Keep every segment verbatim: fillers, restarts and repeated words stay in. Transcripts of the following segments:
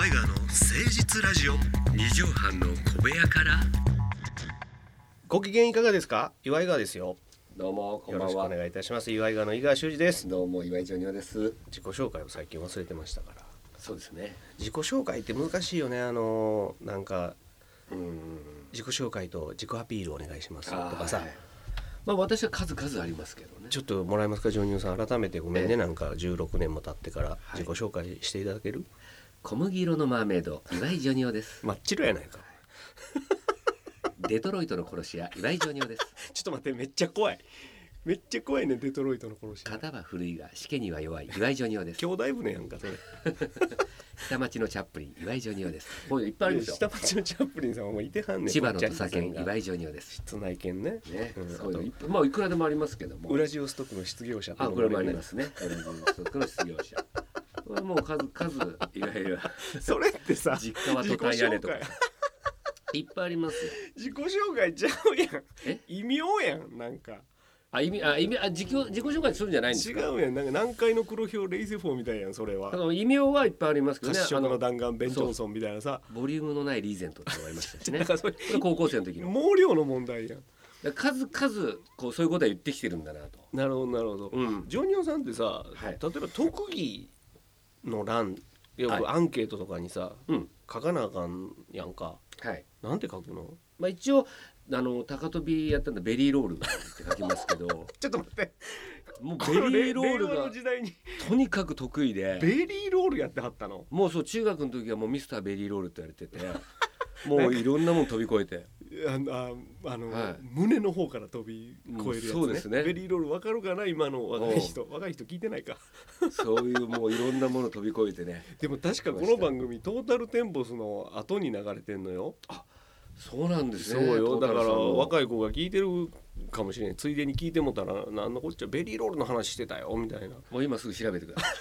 岩井川の誠実ラジオ。 二畳半の小部屋から。 ご機嫌いかがですか。岩井川ですよ。 どうもこんよろしくおばんは。 願いいたします。岩井川の井川修司です。 どうも岩井ジョニオです。 自己紹介を最近忘れてましたから。 そうですね。 自己紹介って難しいよね。あのなんかうん自己紹介と自己アピールお願いしますとかさ、 はい、まあ私は数々ありますけどね。 ちょっともらえますかジョニオさん。改めてごめんね、 ええ、 なんかじゅうろくねんも経ってから自己紹介していただける、はい、 小麦色のマーメイド岩井ジョニオです真っ白やないかデトロイトの殺し屋岩井ジョニオですちょっと待って、めっちゃ怖いめっちゃ怖いね。デトロイトの殺し屋。 型は古いがしけには弱い岩井ジョニオです兄弟船やんかそれ下町のチャップリン岩井ジョニオです。こういういっぱいあるでしょ。 下町のチャップリンさんはもういてはんねん。 千葉の土佐犬岩井ジョニオです。 室内犬ね。 ね、 うん、 そういうのいっぱい、まあいくらでもありますけども。 ウラジオストクの失業者ってあ、これもありねますね。ウラジオストクの失業者。これもう数数いわゆるそれってさ、 実家は都会屋根とかいっぱいありますよ。 自己紹介ちゃうやん。 え、 異名やん。なんかあ、意味あ意味あ自己自己紹介するんじゃないんですか。 違うやん。なんか南海の黒ひょうレイゼフォーみたいやんそれは。 あの異名はいっぱいありますけどね。 褐色の弾丸ベン・ジョンソンみたいなさ。 ボリュームのないリーゼントって言われましたしね。 なんかそれこれ高校生の時の毛量の問題やん。 数々こうそういうことは言ってきてるんだなと。 なるほどなるほど、 うん、 ジョニオさんってさ、 はい、 例えば特技の欄よくアンケートとかにさ、はい、書かなあかんやんか、 はい、 なんて書くの。 まあ、一応あの高跳びやったんでベリーロールって書きますけどちょっと待って、 もうベリーロールがとにかく得意で。 ベリーロールやってはったの。 もうそう中学の時はもうミスターベリーロールって言われててもういろんなもの飛び越えてあのああの、 はい、 胸の方から飛び越えるやつね。 そうですね。 ベリーロール分かるかな今の若い人。若い人聞いてないかそういうもういろんなもの飛び越えてねでも確かこの番組トータルテンボスの後に流れてんのよ。 あ、そうなんですね。 そうよ。だから若い子が聞いてるかもしれない。ついでに聞いてもたらなんのこっちゃベリーロールの話してたよみたいな。 もう今すぐ調べてください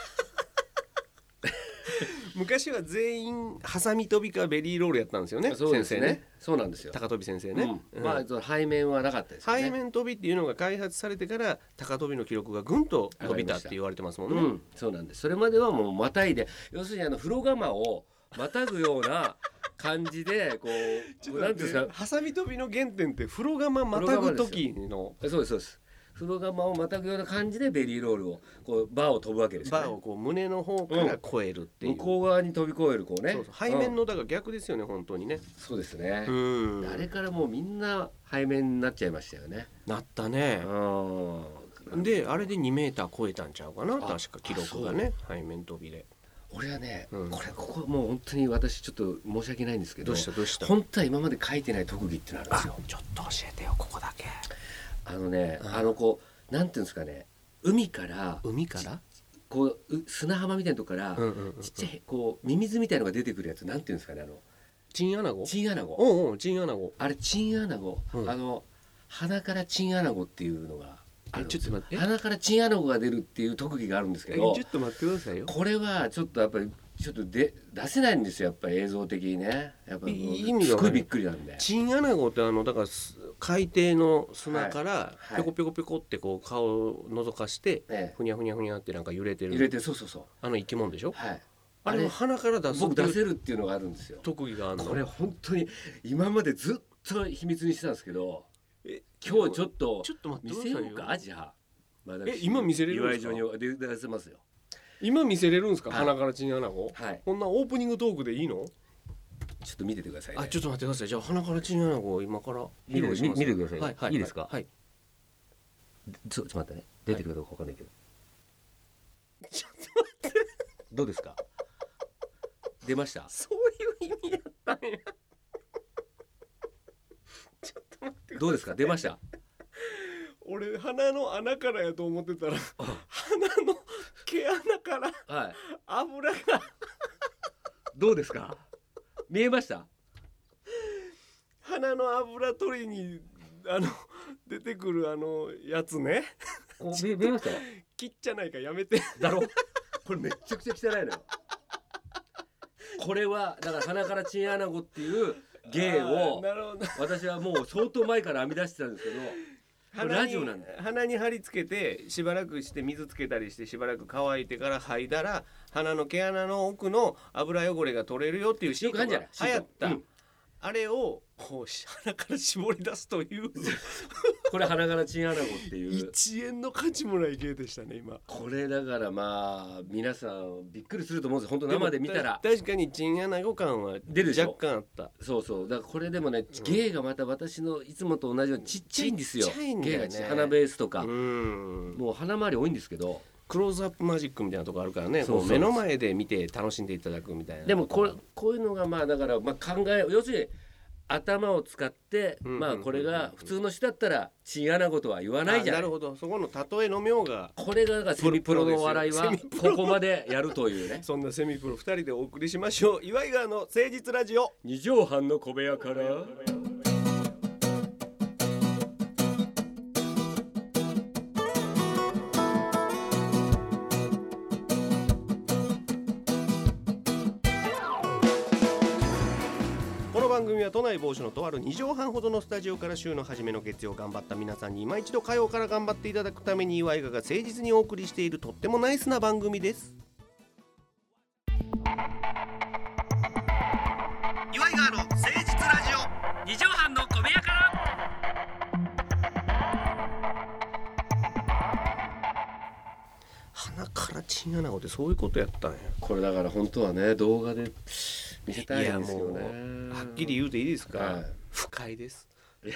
昔は全員ハサミ飛びかベリーロールやったんですよね。 そうですね。 先生ね。 そうなんですよ。 高跳び先生ね、 うんうん、まあ背面はなかったですよね。 背面飛びっていうのが開発されてから高跳びの記録がぐんと伸びたって言われてますもんね、うん、 そうなんです。それまではもうまたいで、要するにあの風呂釜をまたぐような感じでこうなんですか、 ハサミ飛びの原点って風呂釜またぐ時の。 そうですそうです。風呂釜をまたぐような感じでベリーロールをこうバーを飛ぶわけですよね。 バーをこう胸の方から越えるっていう、うん、 向こう側に飛び越えるこうね。 そうそう、背面のだから逆ですよね、うん、本当にね。 そうですね。 うん、 あれからもうみんな背面になっちゃいましたよね。 なったね。 うん、 であれでにメーター超えたんちゃうかな、確か記録がね、背面飛びで。 俺はね、 うん、 これここもう本当に私ちょっと申し訳ないんですけど、 どうしたどうした。 本当は今まで書いてない特技ってのあるんですよ。 ちょっと教えてよここだけ。 あのね、 うん、 あのこうなんていうんですかね、海から海からこう砂浜みたいなとこから、うんうんうん、ちっちゃいこうミミズみたいのが出てくるやつ、なんていうんですかね、あのチンアナゴ。 チンアナゴ。 おうおう、チンアナゴ。 あれチンアナゴ、うん、あの鼻からチンアナゴっていうのがあるんですよ。鼻からチンアナゴが出るっていう特技があるんですけど、 ちょっと待ってくださいよ。 これはちょっとやっぱりちょっとで出せないんですよ、やっぱり映像的にね。やっぱ意味がすごいびっくりなんで。 チンアナゴってあのだから海底の砂からピョコピョコピョコってこう顔を覗かしてふにゃふにゃふにゃってなんか揺れてる、 揺れてる、そうそうそう、 あの生き物でしょ。 はい。 あれを鼻から出す。 僕出せるっていうのがあるんですよ。 特技があるの。 これ本当に今までずっと秘密にしてたんですけど、え今日ちょっと見せようか。じゃあまだえ今見せれるんですか。岩井ジョニオ出せますよ。 今見せれるんですか、はい、鼻からチンアナゴ。 はい。 こんなオープニングトークでいいの。 ちょっと見ててくださいね。 あ、ちょっと待ってください。じゃあ鼻からチンアナゴを今から披露します。 見てください。 はい、はい、 いいですか。 はい。 ちょっと待ってね。出てくるかどうかわかんないけど。 はい、ちょっと待って。 どうですか。出ました。 そういう意味やったんや。ちょっと待って。 どうですか。出ました。 俺鼻の穴からやと思ってたら鼻の毛穴から油が、はい、 どうですか。見えました。 鼻の油取りにあの出てくるあのやつね。 見えました。 切っちゃないかやめて。 だろ。これめっちゃくちゃ汚いのよ。これはだから鼻からチンアナゴっていう芸を私はもう相当前から編み出してたんですけど、 ラジオなんだ。鼻に貼り付けてしばらくして水つけたりしてしばらく乾いてから嗅いだら鼻の毛穴の奥の油汚れが取れるよっていうシートが流行った、うん、あれをこう鼻から絞り出すというこれ鼻からチンアナゴっていういちえんの価値もない芸でしたね今。 これだからまあ皆さんびっくりすると思うんですよ本当生で見たら。 確かにチンアナゴ感は出る若干あった。 そうそうだからこれでもね、うん、芸がまた私のいつもと同じようにちっちゃいんですよ。 ちっちゃいんだよね。 芸が鼻ベースとかうんもう鼻周り多いんですけどクローズアップマジックみたいなとこあるからね。そうそう目の前で見て楽しんでいただくみたいな。 でもこれこういうのがまあだからまあ考え要するに頭を使って、うんうんうんうん、まあこれが普通の人だったらチンアナゴとは言わないじゃない。 なるほどそこの例えの妙がこれがセミプロの笑いはここまでやるというねそんなセミプロふたりでお送りしましょう。岩井川の誠実ラジオに畳半の小部屋から番組は都内某所のとあるに畳半ほどのスタジオから週の初めの月曜頑張った皆さんに今一度火曜から頑張っていただくために岩井川が誠実にお送りしているとってもナイスな番組です。 岩井川の誠実ラジオに畳半の小部屋から鼻からチンアナゴってそういうことやったんや。 これだから本当はね動画で見せたいんですよね。 はっきり言うといいですか、はい、不快です。 い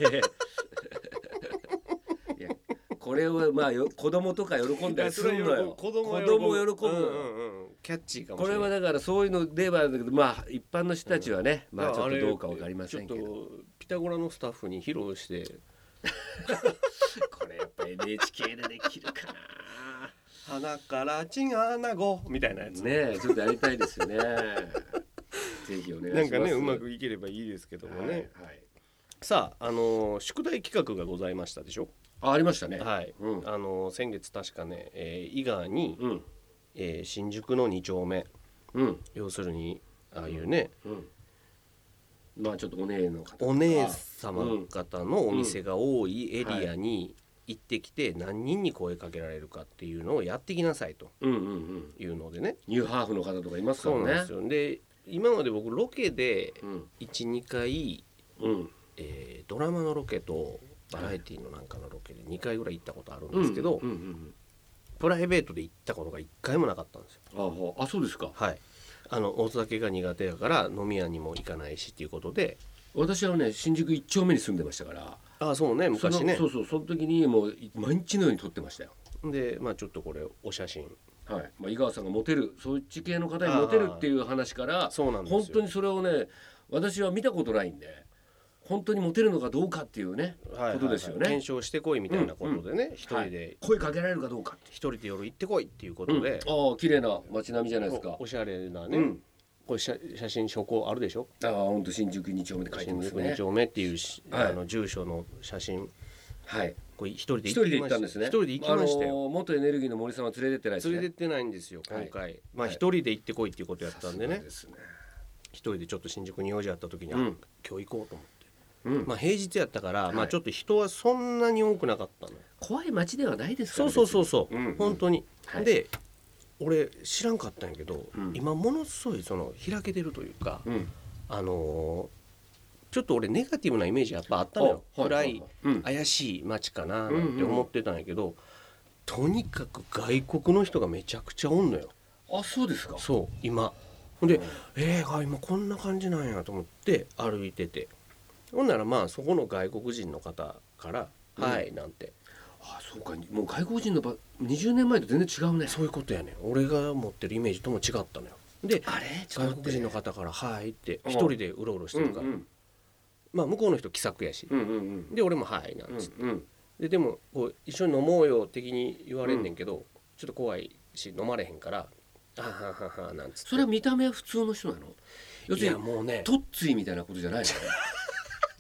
やこれをまあよ子供とか喜んだりするのよ。 子供喜ぶ、子供喜ぶのよ、 うんうん、キャッチーかもしれない。 これはだからそういうのではあるんだけどまあ一般の人たちはね、うん、まあちょっとどうかわかりませんけどちょっとピタゴラのスタッフに披露してこれやっぱ エヌエイチケー でできるかな。 鼻からチンアナゴみたいなやつねちょっとやりたいですよねぜひお願いします。 なんかねうまくいければいいですけどもね、はいはい、さあ、あのー、宿題企画がございましたでしょ。 あ、ありましたね、 はい、うん、あのー、先月確かね、えー、伊賀に、うんえー、新宿のに丁目、うん、要するにああいうね、うんうん、まあちょっとお姉の方お姉様方のお店が多いエリアに行ってきて何人に声かけられるかっていうのをやってきなさいというのでね、 うんうんうん、ニューハーフの方とかいますからね。 そうなんですよ。で今まで僕ロケで いち,に 回、うんえー、ドラマのロケとバラエティのなんかのロケでにかいぐらい行ったことあるんですけど、うんうんうんうん、プライベートで行ったことがいっかいもなかったんですよ。 ああ、そうですか。 はい。あのお酒が苦手だから飲み屋にも行かないしっていうことで。 私はね新宿いち丁目に住んでましたから。 ああそうね昔ね。 そうそうその時にもう毎日のように撮ってましたよ。 でまあちょっとこれお写真。 はい、まあ、井川さんがモテるそっち系の方にモテるっていう話からそうなんですよ。 本当にそれをね私は見たことないんで本当にモテるのかどうかっていうね、はいはいはい、ことですよね。 検証してこいみたいなことでね、うんうん、一人で、はい、 声かけられるかどうかって一人で夜行ってこいっていうことで、 うん、ああ綺麗な街並みじゃないですか。 お, おしゃれなね、うん、これ 写, 写真証拠あるでしょ。 ああ本当新宿に丁目で書いてますね。 新宿に丁目っていう、はい、あの住所の写真はいこれ一人で行ったんですね。 一人で行きましたよ。 あの元エネルギーの森さんは連れてってないですね。 連れてってないんですよ今回、はい、まあ一人で行ってこいっていうことやったんでね。一人でちょっと新宿に用事あった時に、うん、今日行こうと思って、うん、まあ平日やったから、はい、まあちょっと人はそんなに多くなかったの。 怖い街ではないですからね。 そうそうそうそう、うんうん、本当に、はい、で俺知らんかったんやけど、うん、今ものすごいその開けてるというか、うん、あのーちょっと俺ネガティブなイメージやっぱあったのよ。暗い、うん、怪しい街かななんて思ってたんやけど、うんうん、とにかく外国の人がめちゃくちゃおんのよ。 あ、そうですか。 そう今ほんで、うん、えー、今こんな感じなんやと思って歩いてて、ほんならまあそこの外国人の方から「うん、はい」なんて。 あ、そうか。もう外国人の場にじゅうねんまえと全然違うね。 そういうことやね。俺が持ってるイメージとも違ったのよ。であれ外国人の方から「はい」って一人でうろうろしてるから、うんうん、まあ向こうの人気さくやし、うんうんうん、で俺もはいなんつって、うんうん、ででもこう一緒に飲もうよ的に言われんねんけど、うん、ちょっと怖いし飲まれへんからあはははなんつって。 それは見た目は普通の人なの？ いやもうねトッツィみたいなことじゃないの？だ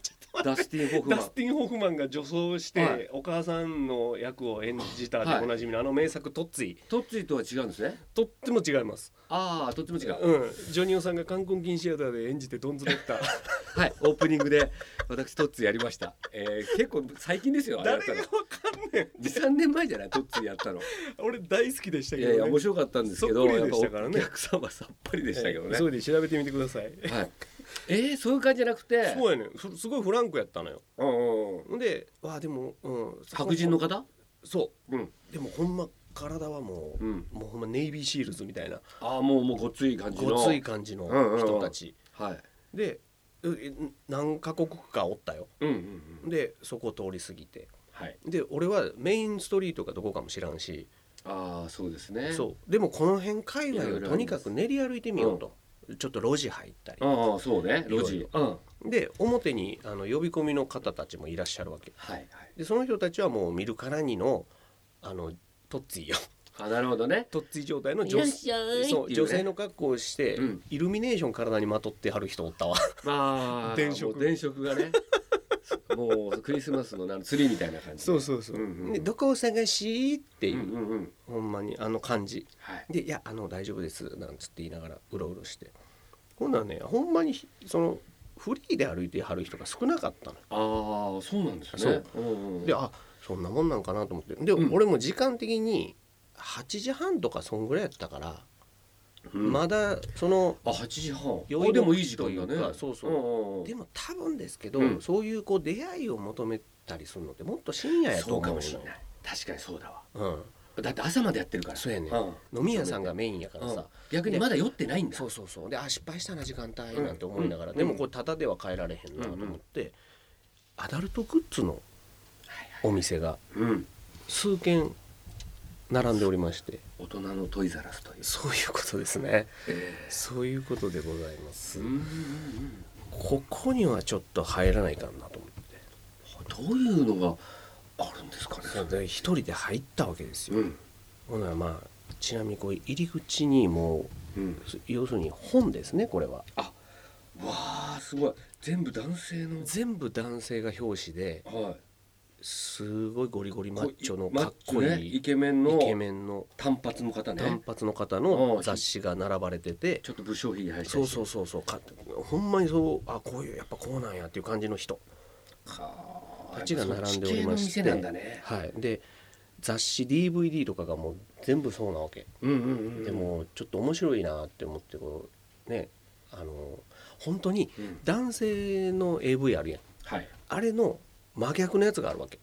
ダスティン・ホフマンダスティン・ホフマンが女装して、はい、お母さんの役を演じたでおなじみの、はい、あの名作トッツィトッツィとは違うんですね。 とっても違います。 ああとっても違う、 うん、ジョニオさんがカンコンキンシアターで演じてどんずべったはいオープニングで私トッツィやりました、えー、結構最近ですよ。 誰がわかんねんにさんねんまえじゃないトッツィやったの俺大好きでしたけど、 ね、いやいや面白かったんですけど、 そっくりでしたからね、 お客さんはさっぱりでしたけどね、 えー、それで調べてみてください、はい、 えー、そういう感じじゃなくてそうやねすごいフランクやったのよ、 うんうん、 でわでも、うん、 白人の方そう、うん、でもほんま体はもう、うん、もうほんまネイビーシールズみたいなあもうもうごつい感じのごつい感じの人たち、 うんうんうん、はいで何カ国かおったよ、 うんうんうん、 でそこ通り過ぎて、 はい、 で俺はメインストリートがどこかも知らんしああそうですねそうでもこの辺界隈をとにかく練り歩いてみようと、うん、ちょっと路地入ったりああそうね路地、 うん、で表にあの呼び込みの方たちもいらっしゃるわけ、 はいはい、 でその人たちはもう見るからにのあのトッツィよあなるほどねトッツィ状態の 女, そう、ね、女性の格好をして、うん、イルミネーション体にまとってはる人おったわあ電飾電飾がねもうクリスマスのなんツリーみたいな感じそうそうそう、うんうん、でどこを探しっていう、うんうんうん、ほんまにあの感じ、はい、でいやあの大丈夫ですなんつって言いながらうろうろして今度はねほんまにそのフリーで歩いてはる人が少なかったの。 ああそうなんですね。 そう、うんうん、であそんなもんなんかなと思ってで、うん、俺も時間的にはちじはんとかそんぐらいやったから、うん、まだそのあはちじはん余裕でもいい時間だね。 そうそう、うんうん、でも多分ですけど、うん、そういうこう出会いを求めたりするのってもっと深夜やと思うの。 そうかもしれない。確かにそうだわ、 うん、 だって朝までやってるから。 そうやね、うん、飲み屋さんがメインやからさ、うん、 逆にまだ酔ってないんだ。 そうそうそうであ失敗したな時間帯なんて思いながら、うん、でもこれタダでは帰られへんなと思って、うんうん、アダルトグッズのお店が数軒並んでおりまして、 大人のトイザラスというそういうことですね、えー、そういうことでございます。うんうんうん、ここにはちょっと入らないかなと思ってどういうのがあるんですかね。 で一人で入ったわけですよ、うん、ほなまあちなみにこう入り口にもう、うん、要するに本ですねこれは。 あわーすごい全部男性の全部男性が表紙で、はい、すごいゴリゴリマッチョのかっこいい、 ね、イケメンのイケメンの単発の方ね単発の方の雑誌が並ばれててちょっと武将髭入ってそうそうそうそうかほんまにそうあこういうやっぱこうなんやっていう感じの人たちが並んでおりまして、 ね、 はい、で雑誌 ディーブイディー とかがもう全部そうなわけ、うんうんうんうん、でもちょっと面白いなって思ってこうねあの本当に男性の エーブイ あるやん、はい、あれの真逆のやつがあるわけ。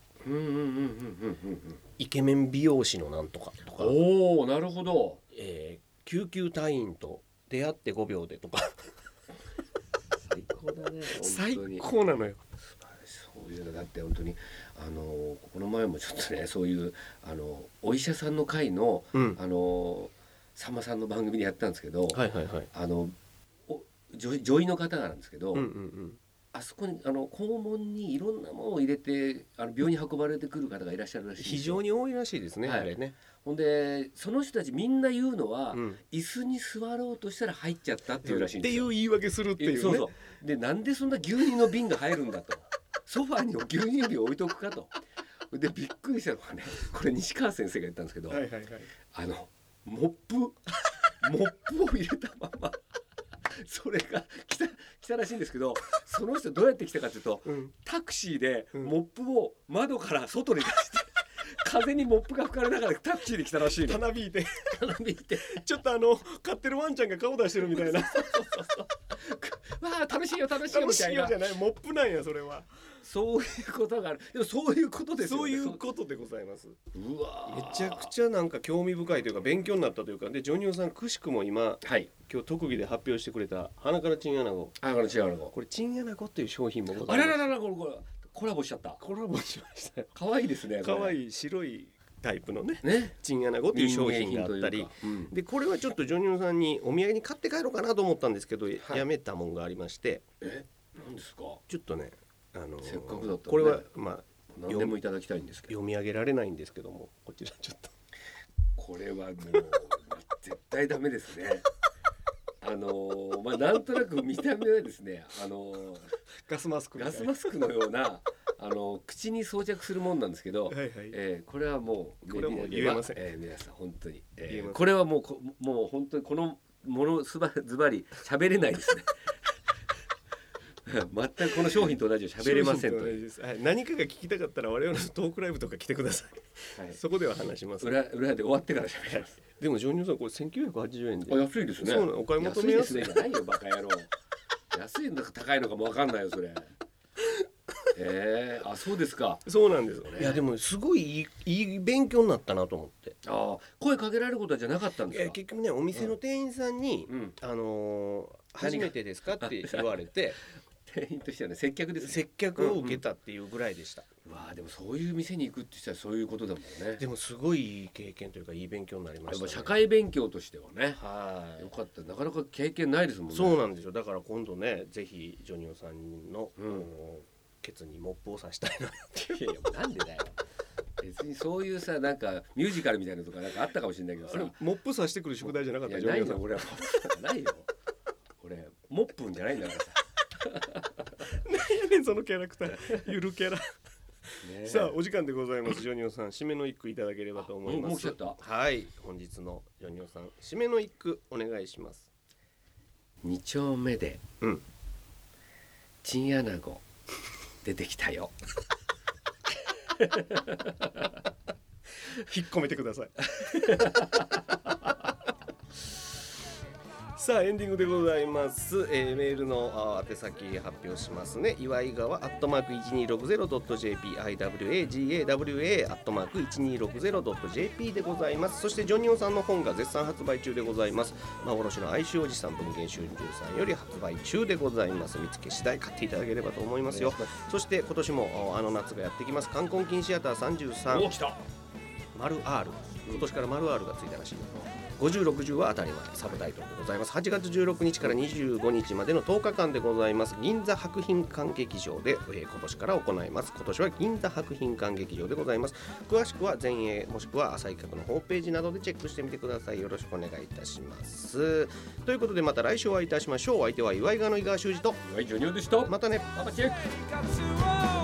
イケメン美容師のなんとかとかおおなるほど、 えー、救急隊員と出会ってごびょうでとか最高だね最高なのよ。 そういうのだって本当にあのこの前もちょっとねそういうあのお医者さんの会の、うん、あのさんまさんの番組でやったんですけど、はいはいはい、あの女, 女医の方なんですけど、うんうんうん、あそこにあの肛門にいろんなものを入れてあの病院に運ばれてくる方がいらっしゃるらしいですよ。 非常に多いらしいですね、はい、あれね。 ほんでその人たちみんな言うのは、うん、椅子に座ろうとしたら入っちゃったっていうらしいんですよ、 っていう言い訳するっていうね。 そうそうでなんでそんな牛乳の瓶が入るんだとソファーに牛乳瓶置いとくかとでびっくりしたのがねこれ西川先生が言ったんですけど、はいはいはい、あのモップモップを入れたままそれが来た、来たらしいんですけどその人どうやって来たかというと、うん、タクシーでモップを窓から外に出して、うん、風にモップが吹かれながらタクシーで来たらしいの。 たなびいてたなびいてちょっとあの飼ってるワンちゃんが顔出してるみたいなそうそうそうそうわあ楽しいよ楽しいよみたいな。 楽しいよじゃないモップなんやそれは。 そういうことがある。でもそういうことですよね。そういうことでございます。 うわめちゃくちゃなんか興味深いというか勉強になったというかでジョニオさんくしくも今、はい、今日特技で発表してくれた鼻からチンアナゴ鼻からチンアナゴこれチンアナゴっていう商品もございます。あららららこれこれコラボしちゃったコラボしましたよ。 可愛いですね。 可愛い白いタイプの ね, ねチンアナゴっていう商品があったり、うん、でこれはちょっとジョニオさんにお土産に買って帰ろうかなと思ったんですけど、はい、やめたもんがありまして。 え何ですか。 ちょっとねあのー、 せっかくだったら、ね、 これはまあ何でもいただきたいんですけど読み上げられないんですけどもこちらちょっとこれはもう絶対ダメですねあのー、まあなんとなく見た目はですねあのー、 ガスマスクガスマスクのようなあの口に装着するもんなんですけど、はいはい、えー、これはもうこれはもう言えません、 えー、皆さん本当に、えー、これはもうこもう本当にこのものすばズバリ喋れないですね全くこの商品と同じで喋れませんととです、はい、何かが聞きたかったら我々のトークライブとか来てください、はい、そこでは話します。 裏, 裏で終わってから喋ります、はい、 でもジョニオさんこれせんきゅうひゃくはちじゅうえんであ安いですね。 そうなお買い求めやすい安いですねじゃないよバカ野郎安いのか高いのかも分かんないよそれえー、あそうですか。 そうなんですよね。いやでもすごいいい、いい勉強になったなと思って。 あ声かけられることじゃなかったんですか。いや結局ねお店の店員さんに、うん、あのー、初めてですかって言われて店員としてはね接客ですね。 接客を受けたっていうぐらいでした、 うんうん、わあでもそういう店に行くって言ったらそういうことだもんね。 でもすごいいい経験というかいい勉強になりましたね。 社会勉強としてはねはいよかった。なかなか経験ないですもんね。 そうなんですよ。だから今度ねぜひジョニオさんの、うんケツにモップを刺したいなっていやいやなんでだよ別にそういうさなんかミュージカルみたいなのとかなんかあったかもしれないけどさモップ刺してくる宿題じゃなかった。 いやないよ俺はモップなんかないよ俺モップンじゃないんだからさ何やねんそのキャラクターゆるキャラね、さあお時間でございます。ジョニオさん締めの一句いただければと思います。 もう来ちゃった。 はい本日のジョニオさん締めの一句お願いします。 二丁目で、うん、チンアナゴ出てきたよ引っ込めてくださいさあエンディングでございます、えー、メールの宛先発表しますね。岩井川アットマーク いちにーろくぜろドットジェーピー アイダブリューエージーエーダブリューエー アットマーク いちにーろくぜろドットジェーピー でございます。そしてジョニオさんの本が絶賛発売中でございます。幻の哀愁おじさん文芸春秋さんより発売中でございます。見つけ次第買っていただければと思いますよ。そして今年もあの夏がやってきます。冠婚金シアターさんじゅうさんお来た丸 R 今年から丸 R がついたらしい。ごじゅうろくじゅうは当たり前サブタイトルでございます。はちがつじゅうろくにちからにじゅうごにちまでのとおかかんでございます。銀座博品館劇場で、えー、今年から行います。今年は銀座博品館劇場でございます。詳しくは前衛もしくは浅井企画のホームページなどでチェックしてみてください。よろしくお願いいたします。ということでまた来週お会いいたしましょう。お相手は岩井川の井川修司と岩井ジョニオでした。 またね。 パパチェック